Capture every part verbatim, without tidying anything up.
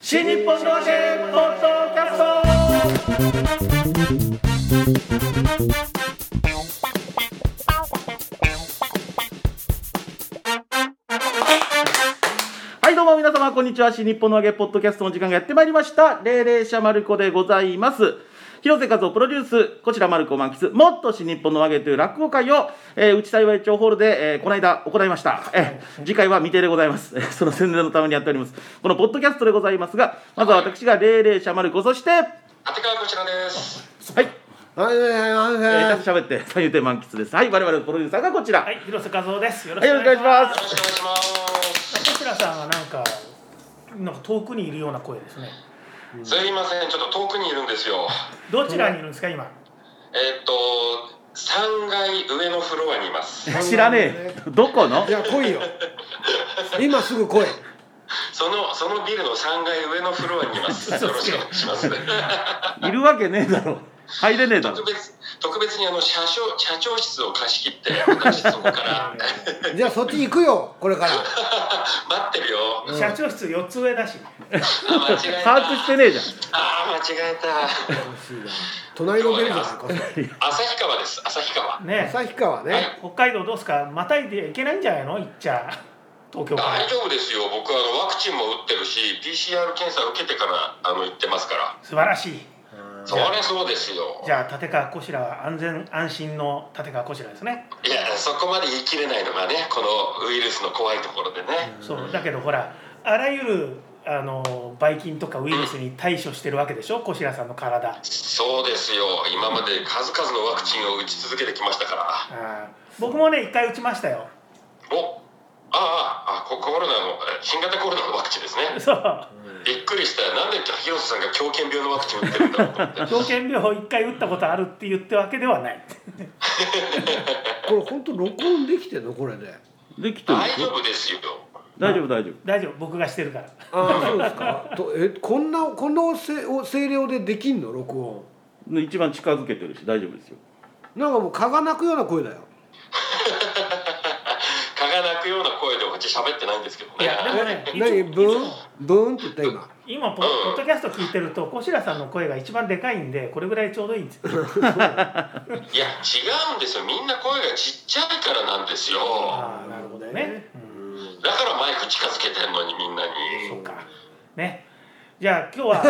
新日本の揚げポッドキャスト。はい、どうも皆様こんにちは。新日本の揚げポッドキャストの時間がやってまいりました。霊霊者マルコでございます。広瀬和夫プロデュース、こちらマルコ満喫、もっと新日本の揚げという落語会を、えー、内幸町ホールで、えー、この間行いました。えー、次回は未定でございます。その宣伝のためにやっております。このポッドキャストでございますが、まずは私が霊霊者マルコ、そして、 立川こちらです。 はい。 はいはいはいはい。 えー、喋って三遊亭満喫です。はい、我々のプロデューサーがこちら。 はい、広瀬和夫です。よろしくお願いします。 よろしくお願いします。 こちらさんはなんか、なんか遠くにいるような声ですね。 うん、すいません、ちょっと遠くにいるんですよ。 どちらにいるんですか今？ えー、っとさんがい上のフロアにいます。 知らねえ。どこの？ いや来いよ。今すぐ来い。 そのそのビルのさんがい上のフロアにいます。よろしくお願いします。 いるわけねえだろ。入れねえだろ。 特別特別にあの社長社長室を貸し切って昔そこからじゃあそっち行くよこれから。 待ってるよ。 うん、社長室よっつ上だし。 あ、間違えた。 把握してねえじゃん。 ああ、間違えた。 隣のビルじゃないか。 旭川です。旭川。 ね。 旭川ね、はい。 北海道どうすか。またいでいけないんじゃないの？行っちゃ東京から。 大丈夫ですよ。僕はあのワクチンも打ってるし ピーシーアール 検査を受けてからあの行ってますから。 素晴らしい。 そりゃそうですよ。 じゃあ立川こしらは安全安心の立川こしらですね。 いや、そこまで言い切れないのがね、このウイルスの怖いところでね。 うん、そうだけどほら、あらゆるあのばい菌とかウイルスに対処してるわけでしょ、こしらさんの体。 そうですよ。今まで数々のワクチンを打ち続けてきましたから。 あ、僕もね一回打ちましたよ。 お、ああ、コロナの新型コロナのワクチンですね。 そう。 びっくりした。なんで広瀬さんが狂犬病のワクチン打ってるんだろうと思って。 狂犬病を一回打ったことあるって言ってわけではない。 これ本当録音できてんのこれで？ できてる。 大丈夫ですよ。 大丈夫大丈夫。 大丈夫、僕がしてるから。 ああ、そうですか。とえこんなこの声量でできんの録音？ 一番近づけてるし大丈夫ですよ。 なんかもう蚊が鳴くような声だよ。 蚊が鳴くような声でこっち喋ってないんですけどね。 いやでもね、 何ブーンブーンって言った今。 今ポッドキャスト聞いてるとこしらさんの声が一番でかいんで、これぐらいちょうどいいんですよ。いや違うんですよ。みんな声がちっちゃいからなんですよ。 ああ、なるほどね。 うん、だからマイク近づけてんのにみんなに。 そうか。ね。じゃあ今日は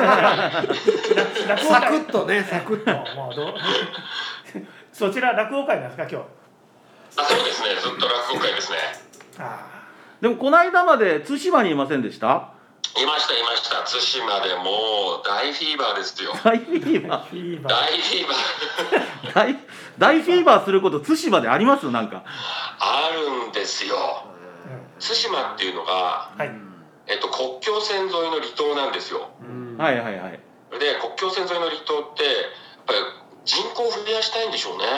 サクッとね、サクッと。 もうどうそちら落語会なんですか今日？ あ、そうですね。ずっと落語会ですね。 ああ。 でもこの間まで対馬にいませんでした？ いましたいました。対馬でもう大フィーバーですよ。 大フィーバー。 大フィーバー。大大フィーバーすること対馬であります？なんか。 あるんですよ。対馬っていうのが、はい、えっと国境線沿いの離島なんですよ。 はいはいはい。 で国境線沿いの離島ってやっぱり人口を増やしたいんでしょうね。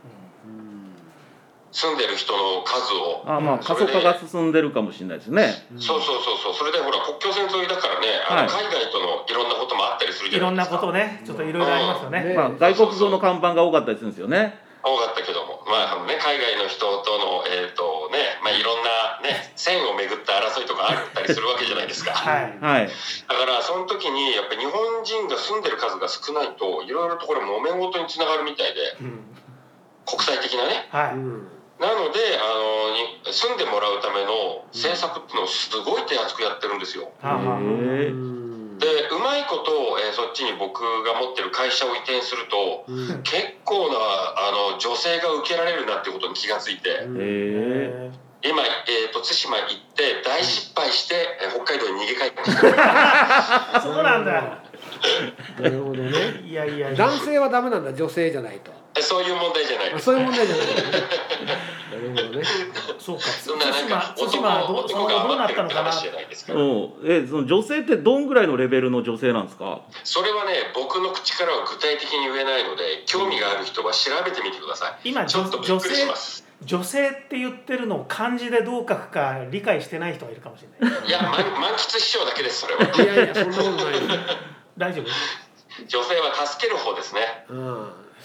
住んでる人の数を。 あ、まあ過疎化が進んでるかもしれないですね。 そうそうそうそう。それでほら国境線沿いだからね、あの海外とのいろんなこともあったりするじゃないですか。 いろんなことね、ちょっといろいろありますよね。 うん、まあ外国語の看板が多かったりするんですよね。 多かったけども、まあね、海外の人とのえっとね、まあいろんなね線をめぐった争いとかあったりするわけじゃないですか。 はいはい。 だからその時にやっぱり日本人が住んでる数が少ないといろいろとこれ揉め事につながるみたいで、うん、国際的なね。 はい。 うんなのであの住んでもらうための政策っていうのをすごい手厚くやってるんですよ。 へー。 でうまいことを、えー、そっちに僕が持ってる会社を移転すると、うん、結構なあの女性が受けられるなっていうことに気がついて、 へー。 今、えー、と対馬行って大失敗して、えー、北海道に逃げ帰ってきた。 そうなんだ。 なるほどね。 いやいやいや。 男性はダメなんだ、女性じゃないと。 そういう問題じゃないです。 そういう問題じゃない。なるほどね。 そうか。 そんななんか対馬はどうどうなったのかな。 え、その女性ってどんぐらいのレベルの女性なんですか？ それはね、僕の口からは具体的に言えないので、興味がある人は調べてみてください。 今ちょっとびっくりします。 女性って言ってるのを漢字でどう書くか理解してない人がいるかもしれない。 いや、満喫師匠だけです、それは。 いやいや、そんなことない。 大丈夫？ 女性は助ける方ですね。 うん。そ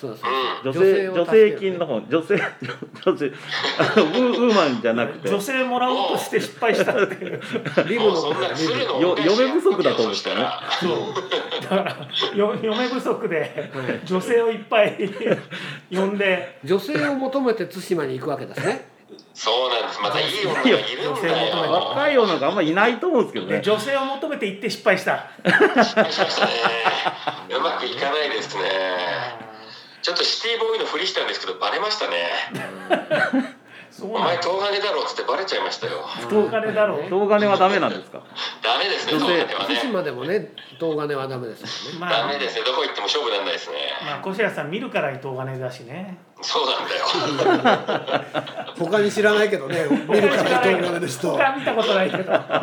そうだそうだ、 女性女を助けるね性金の方女性女性あのウーウーマンじゃなくて女性もらおうとして失敗したっていうリブのもうそんな鶴のよ恩返し嫁不足だと思ったよねやってそうだからよ嫁不足で女性をいっぱい呼んで女性を求めて対馬に行くわけですね。 そうなんです。またいい女がいるん女性だ求めてよ。 若い女があんまりいないと思うんですけどね。 で女性を求めて行って失敗した失敗しましたね。うまくいかないですね。ちょっとシティボーイのふりしたんですけどバレましたね。 そうお前なんだ東金だろっつってバレちゃいましたよ。 東金だろう東金はダメなんですか。 ダメですね。 女性東金はね。 対馬でもね東金はダメですよね。 まあダメですね。どこ行っても勝負なんないですね。 まあ小白さん見るから東金だしねそうなんだよ。 他に知らないけどね、見るから東金ですと。 他見たことないけどちょっと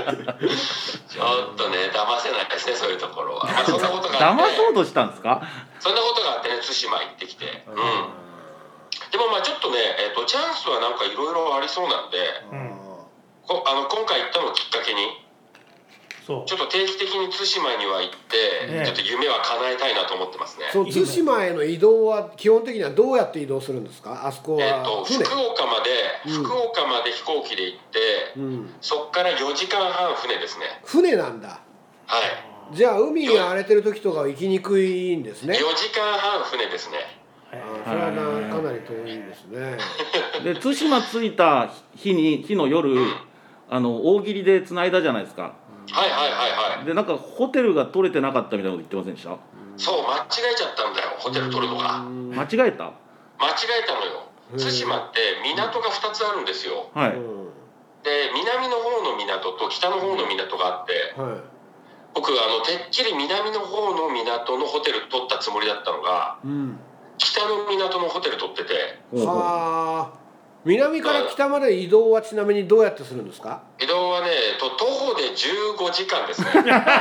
ね騙せないですね、そういうところは。まあ、そんなことがあって騙そうとしたんですか。 そんなことがあってね、対馬行ってきて、うん、でもまあちょっとね、えー、とチャンスはなんかいろいろありそうなんで、 うんこあの今回行ったのをきっかけにそうちょっと定期的に対馬には行って、 ねちょっと夢は叶えたいなと思ってますね。 その対馬への移動は基本的にはどうやって移動するんですか。あそこえー、とは船。 福岡まで、 うん福岡まで飛行機で行って、 うん、 そっからよじかんはん船ですね。 船なんだ。 はいじゃあ海が荒れてる時とかは行きにくいんですね。 よじかんはん船ですね。 あそれはなかなり遠いですね。 で対馬着いた日に日の夜、あの大喜利で繋いだじゃないですか。 はいはいはいはい。 でなんかホテルが取れてなかったみたいなこと言ってませんでした。 そう間違えちゃったんだよ、ホテル取るのが。 間違えた。 間違えたのよ。対馬って港がふたつあるんですよ。 はい。 うんで南の方の港と北の方の港があって、 はい。 僕あのてっきり南の方の港のホテル取ったつもりだったのが、 うん。 北の港のホテル取ってて、 ほうほうはあ。南から北まで移動はちなみにどうやってするんですか。 移動はねと徒歩でじゅうごじかんですね。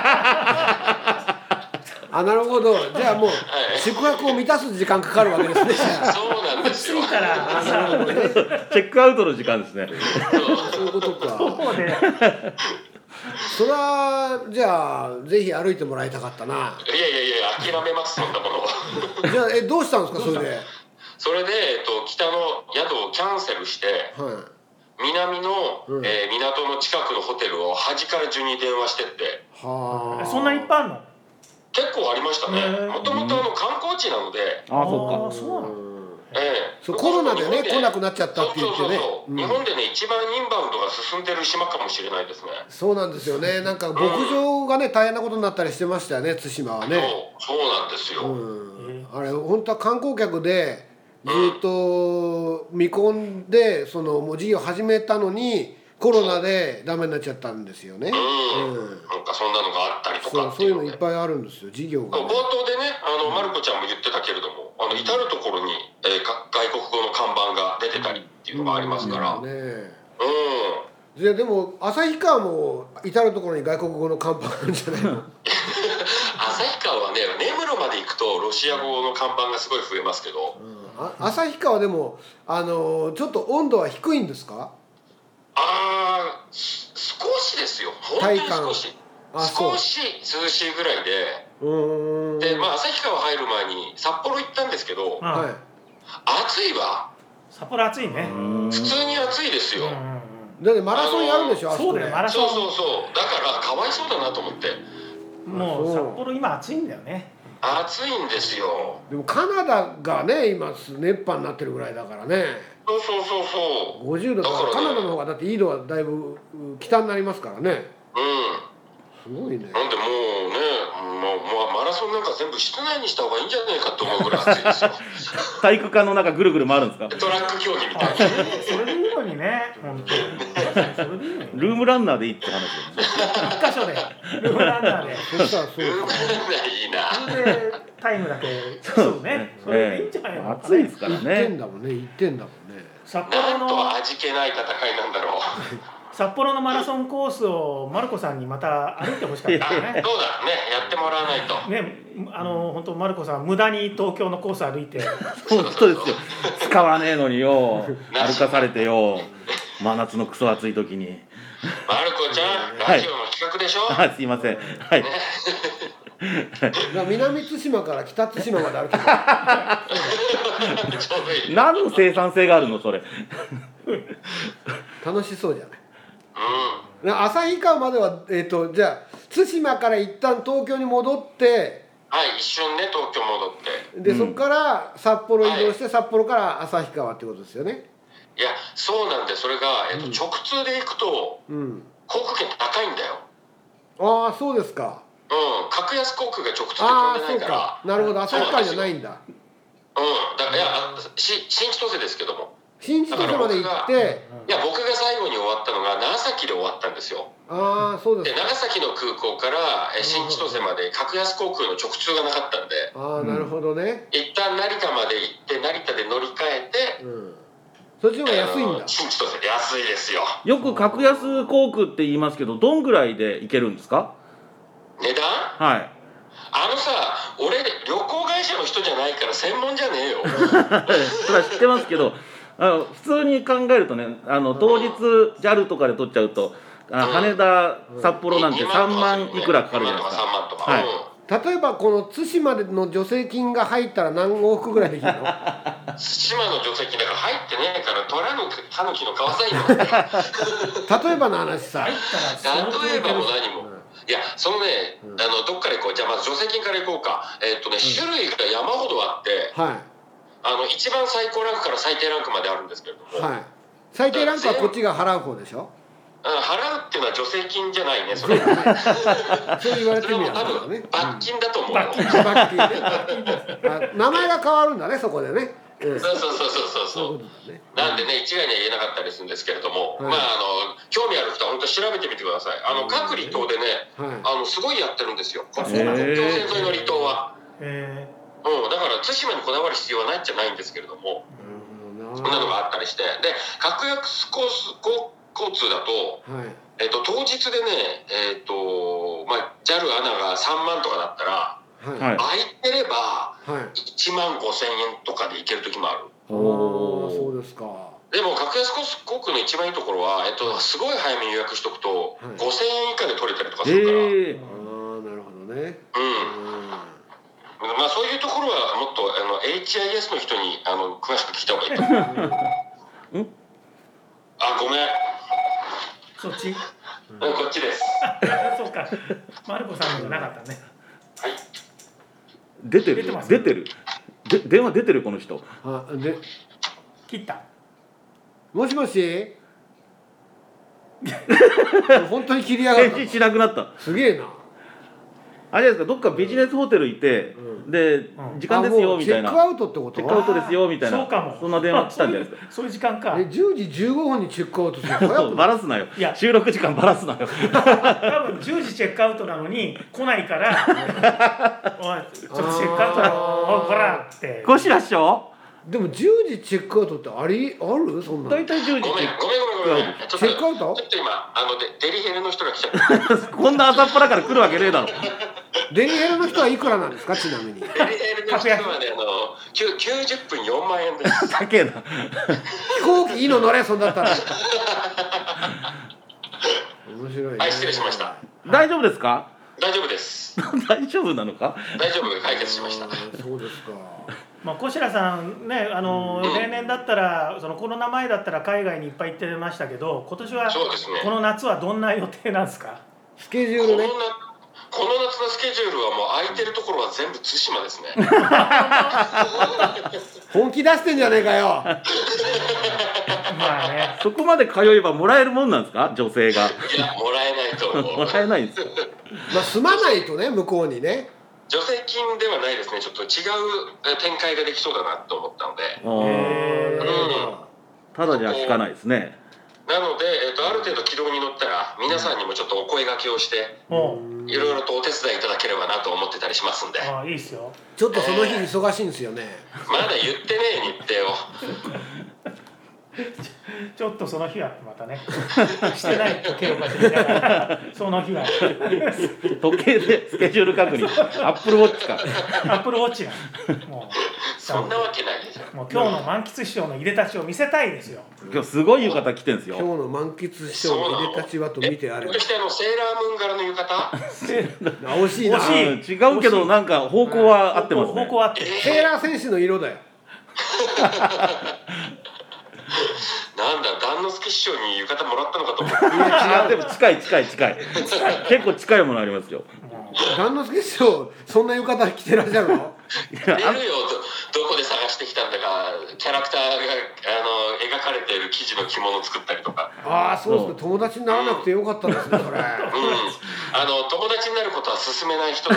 あ、なるほど。じゃあもうい宿泊を満たす時間かかるわけですね。じゃあそうなんですよ。 着いたらあ、なるほどね。 チェックアウトの時間ですね。 そういうこと徒か。 歩でそれはじゃあぜひ歩いてもらいたかったな。 いやいやいや諦めますそんなものは。 じゃあえどうしたんですかそれで。 それで、えっと、北の宿をキャンセルしては南の、 うんえー港の近くのホテルを端から順に電話してってい。はあ。 そんないっぱいあるの結構ありましたね。 へーもともとあの観光地なので、 ああ、そっか。 あそうなのうんええそうコロナでね日本来なくなっちゃったって言ってね。 そうそうそうそう、 うん日本でね一番インバウンドが進んでる島かもしれないですね。 そうなんですよね。なんか牧場がね大変なことになったりしてましたよね対馬はね。 そうそうなんですよ。 うん、あれ本当は観光客でずっと見込んでそのもう事業始めたのにコロナでダメになっちゃったんですよね。 うん、 うんなんかそんなのがあったりとそうかってそういううのいっいのね。 ぱいあるんですよ事業が、 冒ね。 頭でねあのマルコちゃんも言ってたけれども、あの至る所に、えーか外国語の看板が出てたりっていうのがありますから、うん、 ねじゃあでも旭川も至る所に外国語の看板あるんじゃないの。 旭川はね根室まで行くとロシア語の看板がすごい増えますけど、 あ旭川でもあのちょっと温度は低いんですか。 あーし少しですよ、本当に少しあそう少し涼しいぐらいで、 うーんでまあ旭川入る前に札幌行ったんですけど、 うんはい暑いわ、 札幌暑いねうん普通に暑いですよ、 うんうんうんだってマラソンやるんでしょ、 あのあそこで。 そうだよマラソンそうそうそうだからかわいそうだなと思って、 もう札幌今暑いんだよね暑いんですよ。 でもカナダがね今熱波になってるぐらいだからね。 そうそうそうそうごじゅうどだからだからねカナダの方がだって緯度はだいぶう北になりますからね。 うん、 すごいね。 なんでもうね、もうもうマラソンなんか全部室内にした方がいいんじゃないかと思うぐらい暑いですよ。 体育館の中ぐるぐる回るんですか。 トラック競技みたいな。 それでいいのにね本当にそれでいいのにルームランナーでいいって話ですね。 一箇所でルームランナーでそしたらそううんか。 いいな。 それでタイムだけそうねそれでいいんじゃないの暑いですから一点ね。 だもんね一点だもんね。 札幌なんとの味気ない戦いなんだろう。 札幌のマラソンコースをマルコさんにまた歩いてほしかったよねそうだね、やってもらわないと。 ね、あの本当マルコさん無駄に東京のコース歩いて本当ですよ。使わねえのによ、歩かされてよ、真夏のクソ暑い時に。 マルコちゃん、 はいラジオの企画でしょ。 あ、すいません。はい。 ねら南対馬から北対馬まで歩けばちょうどいい。 何の生産性があるのそれ。 楽しそうじゃない。 うん。 旭川までは、えー、とじゃあ対馬から一旦東京に戻ってはい、一瞬ね東京戻って。 で、 うんそこから札幌移動して、札幌から旭川ってことですよね。 いやそうなんでそれが、えっと、 うん直通で行くとうん。 航空券高いんだよ。 ああそうですか。 うん、格安航空が直通で飛ああんでないから。 そうか。なるほど、旭川じゃないんだ。 うん、だからいやあし新千歳ですけども。 新千歳まで行って、 いや僕が最後に終わったのが長崎で終わったんですよ。 ああそうでですか。 長崎の空港からえ新千歳まで格安航空の直通がなかったんで、 ああなるほどね。 一旦成田まで行って成田で乗り換えて、 うん。そっちの方が安いんだあの。新千歳で安いですよ。 よく格安航空って言いますけど、どんぐらいで行けるんですか？ 値段はい。 あのさ俺旅行会社の人じゃないから専門じゃねえよ。 それは知ってますけど、あの普通に考えるとね、あの当日 ジャル とかで取っちゃうと、あ羽田、札幌なんてさんまんいくらかかるじゃないですさんか。 まんとか、 はいうん例えばこの対馬での助成金が入ったら何往復ぐらいできるの？ 対馬の助成金だから入ってねえから虎のタヌキの川さいの。 例えばの話さ。 入ったら相当例えばも何も、 うんいやそのね、 うんあのどっから行こう。じゃあまず助成金から行こうか。えーっとね、種類が山ほどあってはあの一番最高ランクから最低ランクまであるんですけれども、 いはい。最低ランクはこっちが払う方でしょ？ あの払うっていうのは助成金じゃないねそれ。 そう言われてみればそれはもう多そうだね。 分罰金だと思うよ。 罰金うん罰金ね。あ名前が変わるんだねそこでね。うんそうそうそうそうそうそういうそう。 ことだね。 なんでね一概には言えなかったりするんですけれども、 はいまああの興味ある人は本当調べてみてください。あの各離島でね、 はい。 あのすごいやってるんですよ。ここそうなんだ国境線沿いの離島は。 えうん、だから対馬にこだわる必要はないんじゃないんですけれども、 なるほそんなのどな。 があったりして、で格安コース交交通だと、 はい。 えっと当日でね、えっとまあ ジャル アナがさんまんとかだったら、 はい。 はい。 空いてればはい。 いちまんごせんえんとかで行ける時もある。 ああそうですか。 でも格安コース航空の一番いいところは、えっと、すごい早めに予約しとくと、 はいごせんえん以下で取れたりとかえするから、 えああなるほどね。 うんうまあ、そういうところはもっとあの エイチアイエス の人にあの詳しく聞いた方がいいと思う。 んあ、ごめん、 ー、そっちうんこっちです。 そうかマルコさんのじゃなかったね。 はい。 出てる出てます出てるで電話出てるこの人。 あで切った。 もしもし。本当に切りやがった返事しなくなった。 すげえな。 あれですか、どっかビジネスホテルいて、 うんで、 ん時間ですよみたいな、 あもうチェックアウトってこと？ チェックアウトですよみたいな、 そうかも。 そんな電話来たんじゃないですか。 そういうそういう時間か。 えじゅうじじゅうごふんにチェックアウトする。早そうくバラすなよいや。 収録時間バラすなよ。 多分じゅうじチェックアウトなのに来ないからおいちょっとチェックアウトだおいこらってこしら師匠、 でもじゅうじチェックアウトってありあるそんなの？ 大体じゅうじごめん、ごめん、ごめん、ごめん。ちょっと、 チェックアウトちょっと今、あの、デデリヘルの人が来ちゃった。 こんな朝っぱらから来るわけねえだろ。 デリヘルの人はいくらなんですかちなみに？ デリヘルの人はね、あの、きゅうきゅうじゅっぷんよんまんえんです。 高えな。 飛行機いいの乗れそんだったら。面白いね。 はい、失礼しました。 大丈夫ですか？ 大丈夫です。 大丈夫なのか？ 大丈夫、解決しました。 あーそうですか。 まあ小白さんねあのうん例年だったらそのコロナ前だったら海外にいっぱい行ってましたけど今年はそうですね。 この夏はどんな予定なんですか？ スケジュこのなールね。 この夏のスケジュールはもう空いてるところは全部対馬ですね。 本気出してんじゃねえかよ。 まあねそこまで通えばもらえるもんなんですか？女性が。 いや、もらえないと思もう。 らえないんですよ。 まあ住まないとね向こうにね。 助成金ではないですね。ちょっと違うえ展開ができそうだなと思ったので。 あーへーなるほどただじゃ聞かないですね。 なので、えっと、ある程度軌道に乗ったら、皆さんにもちょっとお声掛けをして、 もいろいろとお手伝いいただければなと思ってたりしますんで。 うああいいっすよ。 ちょっとその日忙しいんですよね。 まだ言ってねえ日程を。 ちょっとその日はまたねしてない時計をかけてからその日は時計でスケジュール確認。アップルウォッチか。 アップルウォッチがもうそんなわけないですよ。 もう今日の満喫師匠の入れたちを見せたいですよ。 今日すごい浴衣着てるんですよ。 今日の満喫師匠の入れたちはと見てあれば。 そしてあのセーラームーン柄の浴衣惜しいな。 惜しいうん違うけどなんか方向は合ってますね。 方向合ってる。 セーラー戦士の色だよ。 なんだ段之助師匠に浴衣もらったのかと思っていやでも近い近い近い結構近いものありますよ。 段之助師匠そんな浴衣着てらっしゃるの？ 出るよ。 ど, どこで探してきたんだかキャラクターがあの描かれている生地の着物を作ったりとか。 ああそうですか。友達にならなくてよかったですねそれ。 うん、あの友達になることは勧めない人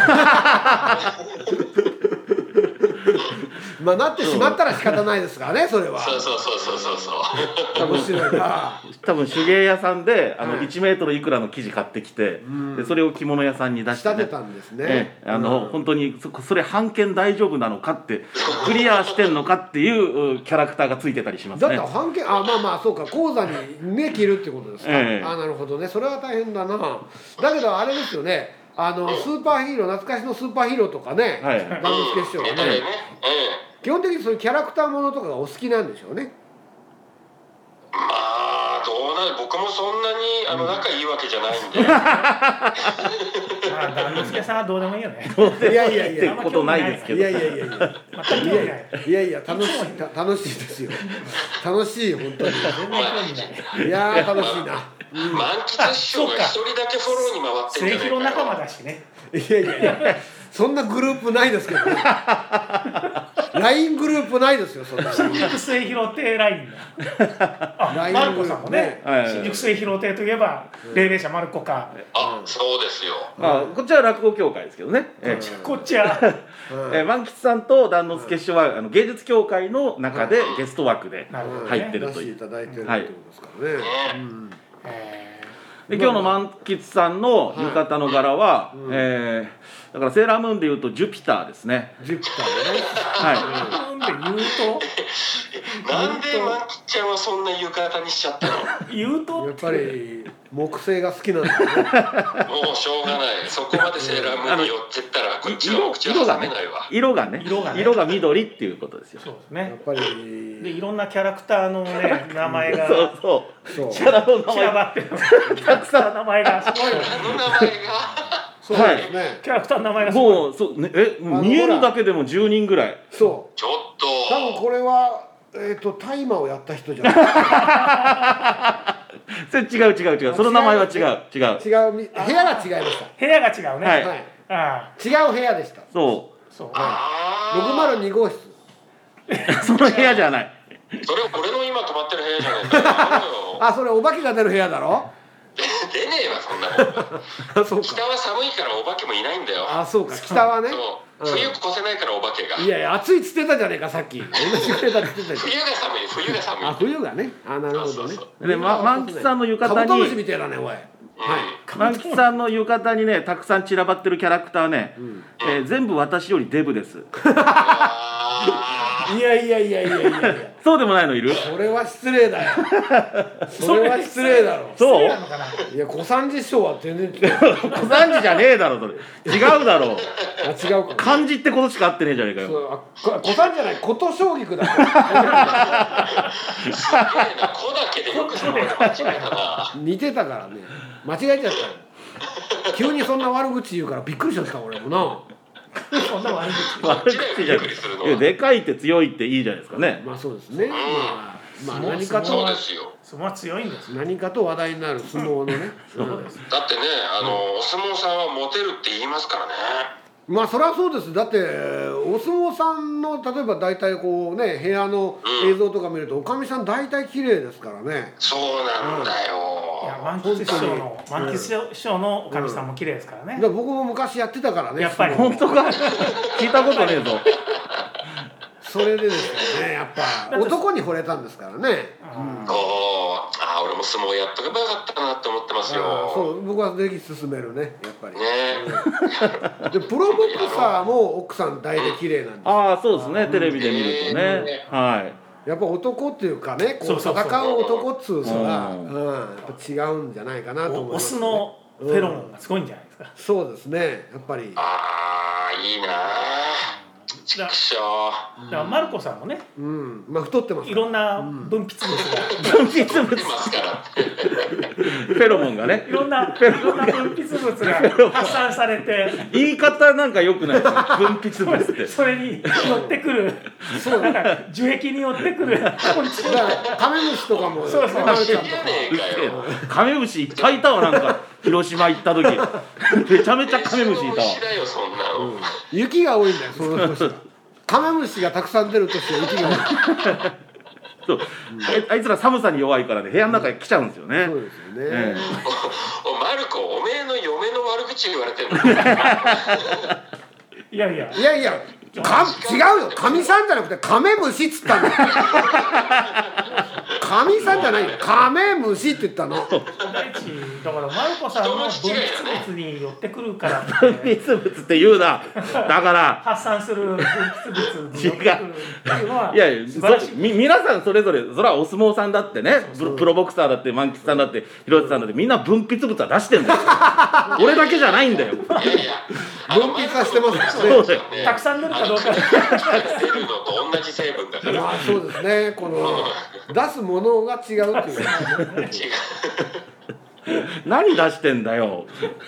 まあなってしまったら仕方ないですからねそれは。 そうそうそうそうそうそう面白いな。 多分手芸屋さんであのはいいちメートルいくらの生地買ってきて、 んでそれを着物屋さんに出して、ね、 仕立てたんですね。 ええあのうん本当にそそれ版権大丈夫なのかってクリアしてんのかっていううキャラクターがついてたりしますだってね。 半径あまあまあそうか講座にね着るってことですか、 ええあなるほどねそれは大変だな。だけどあれですよねあのスーパーヒーロー懐かしのスーパーヒーローとかねはい段之助師匠がねネタでね、 基本的にそういうキャラクターものとかがお好きなんでしょうね。 まあどうなる僕もそんなにあの仲いいわけじゃないんでまあ段之助さんはどうでもいいよね。 いやいやいやってことないですけど。 いやいやいやいや全く興味ない。 いやいや楽しいた楽しいですよ楽しい本当に。 全然興味ない。 いやー楽しいな。 満喫師匠が一人だけフォローに回ってるんじ末ゃないかよ。 広仲間だしね。 いやいやいやそんなグループないですけどねライン グループないですよそんな新宿末広亭ラインだ。あ、 ラインマルコさんもね。 はいはいはい新宿末広亭といえば霊霊者マルコか。 あ、そうですよ。 まあこっちは落語協会ですけどね。ええこっちはうんえー満喫さんと段之助師匠はあの芸術協会の中でゲスト枠でなるほどね入ってる出していという。 ただいてるってことですからね、 ねうんえで今日の満喫さんの浴衣の柄は、 うんえーだからセーラームーンでいうとジュピターですね。 ジュピターねはー、なんで言うとなんで満喫ちゃんはそんな浴衣にしちゃったの？ 言うとやっぱり木星が好きなんだねもうしょうがない。そこまでセーラームーンに寄ってったらこっちはお口を挟めないわ。 い。色がね。 色がね色が緑っていうことですよ。 そうですね。 やっぱでりいろんなキャラクターのね名前がそうそそうう。キャラの名散ら前ばってる。キャラクターの名前がすごいよね。 あの名前がそうですね、 キャラクターの名前がすごい。 もうそうねえの見えるだけでもじゅうにんぐらい。 そうちょっと多分これはえっ、と大麻をやった人じゃないそれ違う違う違う。その名前は違う違う。 違うみ部屋が違いました部屋が違うね。 はいはいあ違う部屋でしたそあ、そう。 あろくまるに号室う。その部屋じゃない。 ーそれ俺の今泊まってる部屋じゃないか。頼むよ。 あそれお化けが出る部屋だろ出ねえわそんなもん。 あそう北かは寒いからお化けもいないんだよ。 あそうか北はねそううん冬越せないからお化けが。 いやいや暑いっつってたじゃねえかさっき同じくらいだって言ってたじ冬が寒い冬が寒い。 ゃんあ冬がねあなるほどねそうそうそうで、ま、満喫さんの浴衣カブトムシにみたいだねおいうん満喫さんの浴衣にねたくさん散らばってるキャラクターね、 んえー全部私よりデブです。 あいやいやいやいやいやいやそうでもないのいる？ それは失礼だよそれは失礼だろそう？ なのかな。 いや小三治師匠は全然違う小三治じゃねえだろそれ。違うだろう。 あ違うか漢字ってことしか合ってねえじゃねえかよ。 そうあこ小三治じゃない琴奨菊だーすげえな。子だけでよくその間違えたな。 似てたからね間違えちゃったよ急にそんな悪口言うからびっくりしちゃった俺もなそんな悪口。 悪口じゃない。いやでかいって強いっていいじゃないですかね。 まあそうですねまあまあ何かそうとですよ。 相撲は強いんです。 何かと話題になる相撲のねそうです。 だってねあのお相撲さんはモテるって言いますからね。 まあそれはそうです。だってお相撲さんの例えば大体こうね部屋の映像とか見るとおかみさん大体綺麗ですからね。 そうなんだよ。 いや満喫師匠の満喫師匠のおかみさんも綺麗ですからね。 だから僕も昔やってたからね。 やっぱり相撲本当か？聞いたことねえぞ。 それでですよね。やっぱ男に惚れたんですからね。 うんおーあー俺も相撲やっとけばよかったなって思ってますあーそよ。 う僕はぜひ進めるねやっぱり。 ねでプロボクサーも奥さん大体綺麗なんです。 ああそうですねテレビで見るとね。はい。 やっぱ男っていうかねこうそうそうそう戦う男っつうのは、 ううんん、やっぱ違うんじゃないかなと思いおオます、ね。 スのフェロモンがすごいんじゃないですか。 そうですねやっぱり。 ああいいなー。 ちくしょだからマルコさんもね、 うん、まあ太ってます。 いろんな分泌物が、 分泌物う。出ますからって。 フェロモンがねいろんないろんな分泌物が発散されて、 言い方なんか良くないですか分泌物ってそれに寄ってくる、 そうなんか樹液に寄ってくる。 だからカメムシとかもそうそうマルちゃんとかいやねえかよ。 カメムシいっぱいいたわ。なんか広島行った時めちゃめちゃカメムシいたわ。 虫だよそんなの。 雪が多いんだよその年。カメムシがたくさん出る年は雪が多い。 そうあいつら寒さに弱いからね部屋の中に来ちゃうんですよね。 そうですよね、 ええおマルコおめえの嫁の悪口言われてんの。 いやいや、 いやいやか違うよカミさんじゃなくてカメムシっつったんだよ。カミさんじゃないよカメムシって言ったの。 第一だからマルコさんの分泌物に寄ってくるからって分泌物って言うな。だから発散する分泌物に寄ってくるっていうのはいやいや素晴らしい。 み皆さんそれぞれそれはお相撲さんだってねププロボクサーだって満喫さんだって広瀬さんだってみんな分泌物は出してんだよ。俺だけじゃないんだよ。 いやいや。 分泌させてますからね。 そうだよたくさん出るかどうか。 出るのと同じ成分だから。 まあそうですねこの出すものが違うっていう。 違う。 何出してんだよ。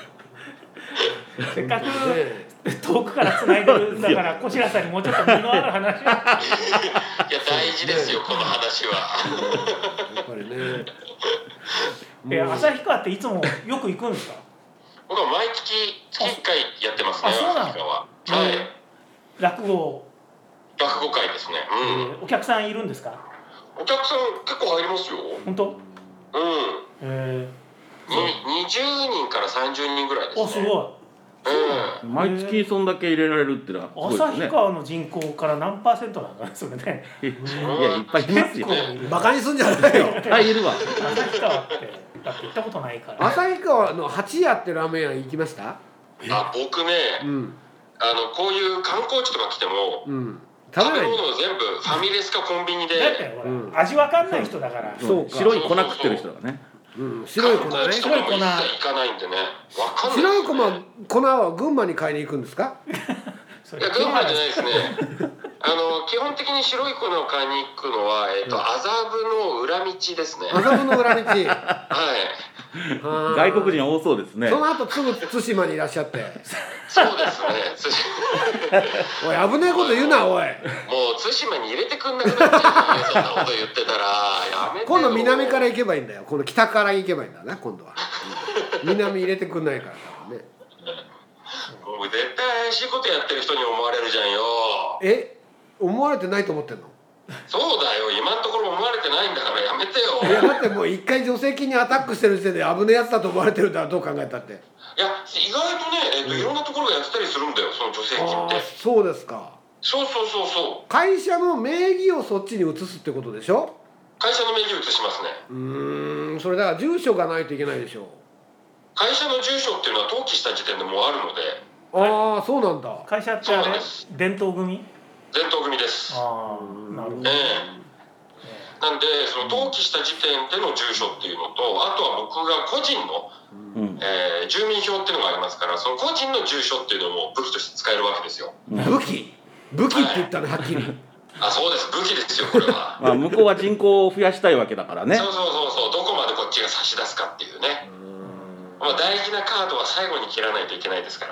せっかく遠くから繋いでるんだから小白さんにもうちょっと身のある話。 いや大事ですよこの話は。 やっぱりね。 え旭川っていつもよく行くんですか？ 僕は毎月月いっかいやってますね。 あそうなの旭川は。 うんはい。 落語、 落語会ですね。 えーお客さんいるんですか？ うん。お客さん結構入りますよ。 本当？ うん。 えににじゅうにんからさんじゅうにんぐらいですー、 ね。 おすごい。 うん。 毎月そんだけ入れられるってのはすごいですね。 旭川の人口から何パーセントなんだねそれね。 いやいっぱいいますよ。いバカにすんじゃないよ。 っぱいいるわ。 旭川ってだって行ったことないから。 旭川の八屋ってラーメン屋行きました？ あ僕ね、 うんあのこういう観光地とか来ても、 うん食食べべない。 物を全部ファミレスかコンビニで。 だってほら、 うん味わかんない人だから。 そうか白い粉食ってる人だね。 うん白い粉ね。 観光地とかも一切行かないんでね。わかんない。 白い粉粉は群馬に買いに行くんですか？ そいや群馬じゃないですね。あの基本的に白い粉を買いに行くのは、えっ、と麻布の裏道ですね。 麻布の裏道。 はい。 外国人多そうですね。 その後すぐ対馬にいらっしゃって。 そうですね。 おい危ねえこと言うなおい。 もう対馬に入れてくんなくなっちゃうよそんなこと言ってたらやめてよ。 今度南から行けばいいんだよ。今度北から行けばいいんだな今度は。南入れてくんないからね。 もう絶対怪しいことやってる人に思われるじゃんよ。 え思われてないと思ってんの？ そうだよ今のところ思われてないんだからやめてよ。 いやだってもう一回助成金にアタックしてる時点で危ねえやつだと思われてるんだらどう考えたって。 いや意外とね、えーといろんなところがやってたりするんだよその助成金って。 ああそうですか。 そうそうそうそう。 会社の名義をそっちに移すってことでしょ？ 会社の名義を移しますね。 うーんそれだから住所がないといけないでしょ。 会社の住所っていうのは登記した時点でもうあるので。 ああそうなんだ。 会社ってあれそうなんです伝統組？ 伝統組です。 ああなるほど。 ええなんでその登記した時点での住所っていうのとあとは僕が個人の、 うんえー住民票っていうのがありますからその個人の住所っていうのも武器として使えるわけですよ。 武器武器って言ったのはっきり。 あそうです武器ですよこれは。 まあ向こうは人口を増やしたいわけだからね。 そうそうそうそうどこまでこっちが差し出すかっていうね。まあ大事なカードは最後に切らないといけないですから。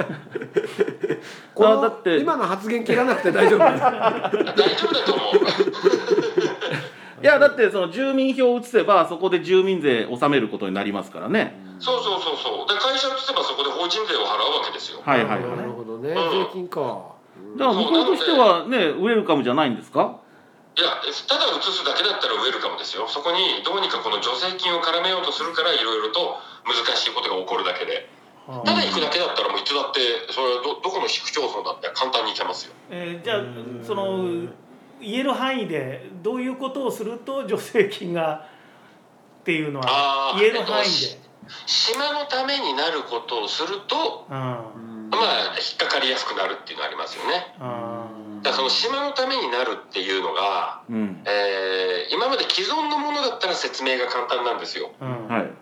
このだって今の発言切らなくて大丈夫です。 大丈夫だと思う。 いやだってその住民票を移せばそこで住民税納めることになりますからね。 そうそうそうそうで会社移せばそこで法人税を払うわけですよ。 はいはいなはい。 るほどねうん税金か。 だから向こうとしてはねウェルカムじゃないんですか？ いやただ移すだけだったらウェルカムですよ。そこにどうにかこの助成金を絡めようとするからいろいろと難しいことが起こるだけで。 あただ行くだけだったらもういつだってそれは ど, どこの市区町村だって簡単に行けますよ。 えーじゃあその言える範囲でどういうことをすると助成金がっていうのはあー言える範囲で。 島のためになることをするとうんまあ引っかかりやすくなるっていうのはありますよね。 あだからその島のためになるっていうのが、 うん。 えー今まで既存のものだったら説明が簡単なんですよ。 ーうんはい。 こ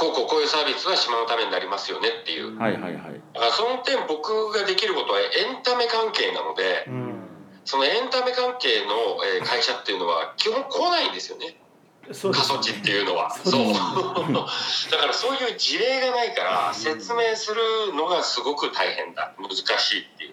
こうこうこういうサービスは島のためになりますよねっていう、 はいはいはい。 だからその点僕ができることはエンタメ関係なので、うん、そのエンタメ関係の会社っていうのは基本来ないんですよね。過疎地っていうのはそうだからそういう事例がないから説明するのがすごく大変だ、難しいっていう。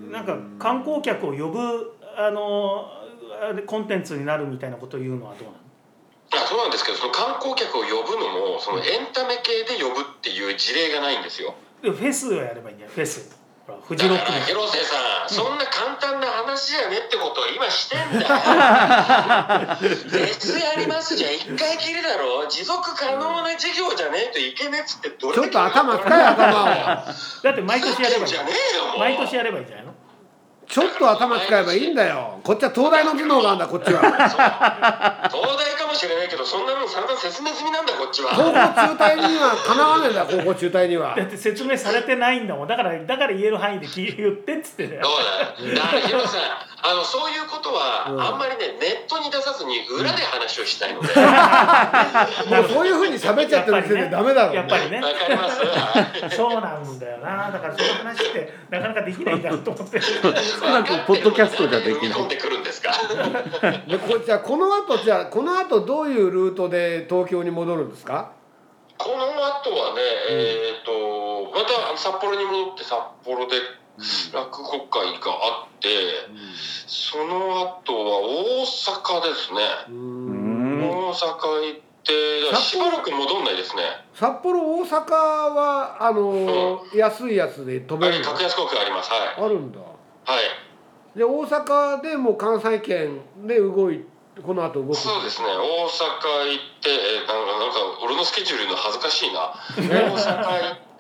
なんか観光客を呼ぶあのコンテンツになるみたいなことを言うのはどうなの？ あ、そうなんですけど、その観光客を呼ぶのもそのエンタメ系で呼ぶっていう事例がないんですよ。 フェスをやればいいんじゃない？フェス。 フジロック。だから広瀬さん、うん、そんな簡単な話じゃねってことを今してんだよ。フェスやりますじゃ一回きりだろ。持続可能な事業じゃねえといけねえっつってどれだけちょっと頭使え頭を。 だって毎年やればいい。毎年やればいいんじゃないの？ ちょっと頭使えばいいんだよ。こっちは東大の頭脳があるんだ、こっちは。 東大かもしれないけど、そんなの散々説明済みなんだ、こっちは。 高校中退にはかなわねえんだ、高校中退には。 だって説明されてないんだもん。だからだから言える範囲で言ってっつってね。 そうだ。だから広瀬さん、あのそういうことは、うん、あんまりねネットに出さずに裏で話をしたいので。 もうそういう風に喋っちゃってる時点でダメだろう、ね。 やっぱりね。 わかります。 そうなんだよな。だからその話ってなかなかできないんだと思って。 なんかポッドキャストじゃできない。 踏み込んでくるんですか。 でこじゃあこの後じゃあこの後どういうルートで東京に戻るんですか？ この後はね、うん、えっ、ー、とまた札幌に戻って札幌で落語会があって、うん、その後は大阪ですね。うん、大阪行ってしばらく戻んないですね。 札幌大阪はあのーうん、安いやつで飛べるの？ 格安航空あります。はい。 あるんだ。 はい。 で大阪でも関西圏で動いこの後動く。 そうですね。大阪行ってなんかなんか俺のスケジュールの恥ずかしいな。大阪行って、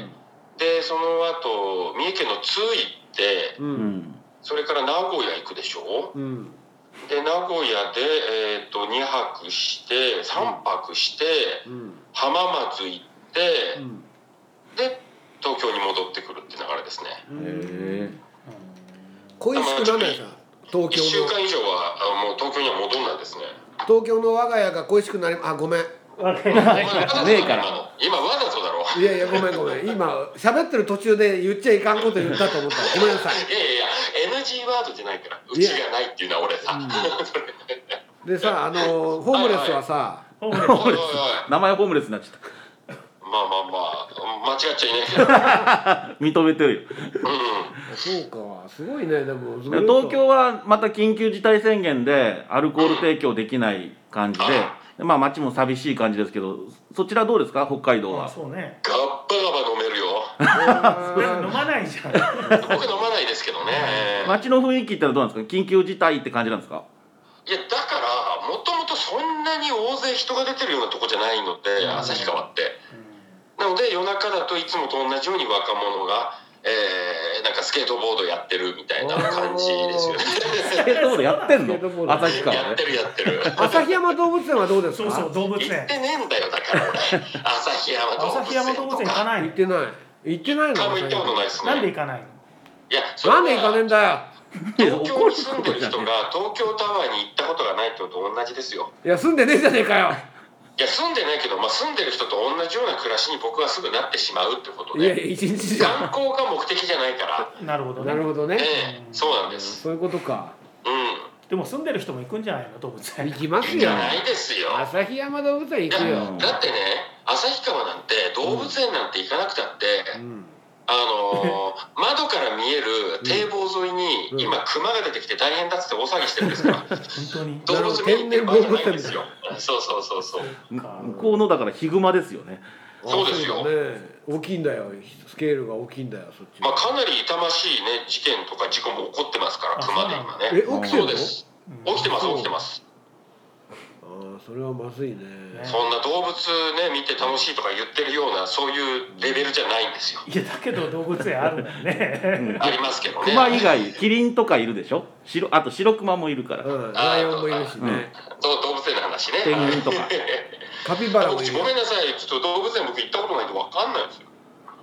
うん、でその後三重県の津行って、うん、それから名古屋行くでしょ。うん、で名古屋でえっ、ー、とにはくしてさんぱくして、うん、浜松行って、うん、で東京に戻ってくるって流れですね。へー。 恋しくなんないさ、東京のいっしゅうかん以上はあもう東京には戻んないですね。 東京の我が家が恋しくなりあごめん。 わかんない。ねえから。 今わざとだろ。 いやいやごめんごめん。今喋ってる途中で言っちゃいかんこと言ったと思った。ごめんなさい。 いやいやいや エヌジー ワードじゃないから。うちがないっていうのは俺さ。 うん、でさあのホームレスはさ、 はいはい、ホームレス名前ホームレスになっちゃった。 まあまあまあ間違っちゃいないけど認めてるよ、 うん、そうかすごいね。でも東京はまた緊急事態宣言でアルコール提供できない感じで、うん、まあ街も寂しい感じですけど、そちらどうですか北海道は？ そうね、 ガッバガバ飲めるよ。 飲まないじゃん。 僕飲まないですけどね。 街の雰囲気ってのはどうなんですか？緊急事態って感じなんですか？ いやだからもともとそんなに大勢人が出てるようなとこじゃないので、旭川って、なので夜中だといつもと同じように若者が、えー、なんかスケートボードやってるみたいな感じですよね。 スケートボードやってんの？旭川やってるやってる。 旭山動物園はどうですか？ そうそう動物園行ってねえんだよだから俺。旭山動物園旭山動物園行かないの？ 行ってない行ってないの？ 行ったことないですね。 なんで行かないの？ いやなんで行かねえんだよ。 東京に住んでる人が東京タワーに行ったことがない人と同じですよ。 いや住んでねえじゃねえかよ。 いや住んでないけど、まあ、住んでる人と同じような暮らしに僕はすぐなってしまうってことで。 いや一日じゃ観光が目的じゃないから。 なるほどね。 なるほどね、 ええ、そうなんです。 そういうことか。 うん。 でも住んでる人も行くんじゃないの動物園？ 行きますよ。 じゃないですよ。 旭山動物園行くよ。 だってね旭川なんて動物園なんて行かなくたって、うん、あのー、窓から見える堤防沿いに、うん、今クマが出てきて大変だっつって大騒ぎしてるんですから本当に動物見に行ってる場合じゃないんですよ。そうそうそうそう。 向こうのだからヒグマですよね。 そうですよ、 ね、大きいんだよ。スケールが大きいんだよそっち。 まあかなり痛ましいね事件とか事故も起こってますからクマで今ね。 え起きてるの？ そうです。起きてます起きてます。 ああそれはまずいね。 そんな動物ね見て楽しいとか言ってるようなそういうレベルじゃないんですよ。 いやだけど動物園あるんだよね。 ありますけどね。 クマ以外キリンとかいるでしょ。白あと白クマもいるから。 うん、ライオンもいるしね。うん、 動物園の話ね。 ペンギンとか。 カピバラもいる。 ごめんなさいちょっと動物園僕行ったことないんで分かんないんですよ。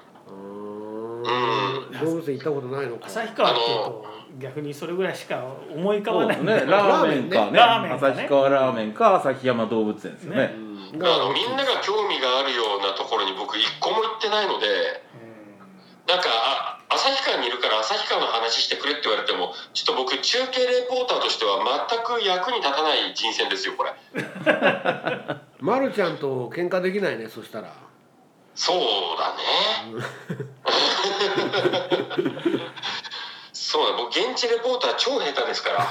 うん。動物園行ったことないのか。 旭川っていうと逆にそれぐらいしか思い浮かばないんだよね。ラーメンかね。旭川ラーメンか旭山動物園ですよね。 あのみんなが興味があるようなところに僕一個も行ってないので、なんかあ旭川にいるから旭川の話してくれって言われてもちょっと僕中継レポーターとしては全く役に立たない人選ですよこれ。 まるちゃんと喧嘩できないね、そしたら。 そうだね。そうだ、僕現地レポーター超下手ですから。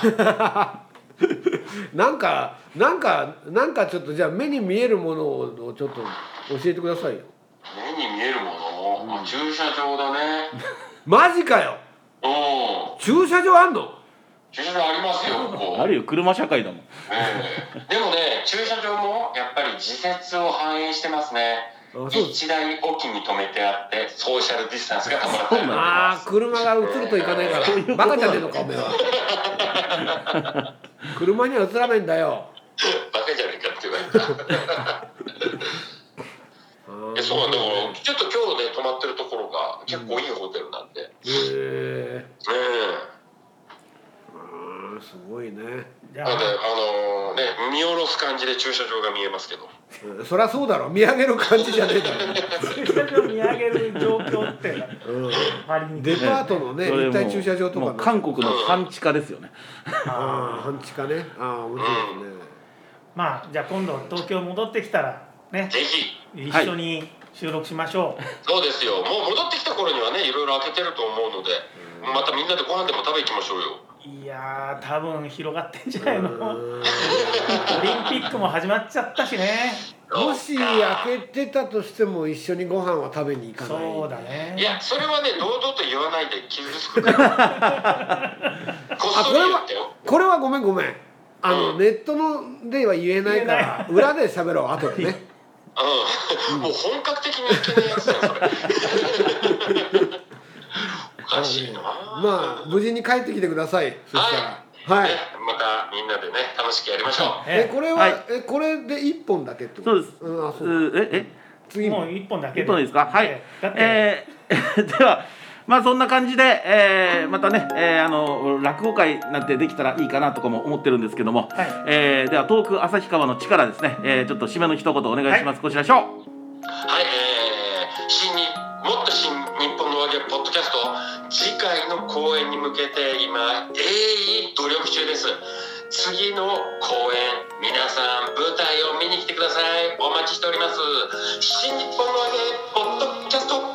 なんかなんかなんかちょっとじゃあ目に見えるものをちょっと教えてくださいよ。 目に見えるもの、うん、駐車場だね。 マジかよ。 うん。 駐車場あんの？ 駐車場ありますよここ。 あるよ、車社会だもん。 えー、でもね、駐車場もやっぱり時節を反映してますね。一台おきに止めてあってソーシャルディスタンスが保たれています。 ああ、車が映るといかないからバカじゃねえのかおめえは。車には映らないんだよ。 バカじゃねえかって言われた。え、そうなんだから、ちょっと今日ね泊まってるところが結構いいホテルなんで。へえ。 ねえ。すごいね。 なのであのー、ね見下ろす感じで駐車場が見えますけど。 そりゃそうだろ、見上げる感じじゃねえだろ。 駐車場見上げる状況って、 うん、デパートのね立体駐車場とか、 韓国の半地下ですよね。 ああ、半地下ね。ああ、面白いですね。 まあじゃあ今度東京戻ってきたらね、ぜひ一緒に収録しましょう。 そうですよ。もう戻ってきた頃にはねいろいろ開けてると思うので、またみんなでご飯でも食べ行きましょうよ。 いやー多分広がってんじゃないの。オリンピックも始まっちゃったしね。 もし開けてたとしても一緒にご飯は食べに行かない。 そうだね。 いやそれはね堂々と言わないで傷つくから。こっそり言ってよ。 これはごめんごめん。あの、うん、ネットのでは言えないから裏で喋ろう後でね。 うん、もう本格的にいけないやつだよそれ。おかしいな。 まあ無事に帰ってきてください。そしたら。はい。 またみんなでね楽しくやりましょう。 えこれは、はい、えこれで一本だけってこと？ そうです。 うん、あそうええ次も一本だけ。 一本ですか？はい。えー、ではまあそんな感じで、えー、またね、えー、あの落語会なんてできたらいいかなとかも思ってるんですけども、はい、えー、では遠く旭川の力ですね、えー、ちょっと締めの一言お願いします。はい、こちらでしょう。 はい、えー、新にもっと新日本の和芸ポッドキャスト次回の公演に向けて今鋭意努力中です。次の公演皆さん舞台を見に来てください。お待ちしております。新日本の和芸ポッドキャスト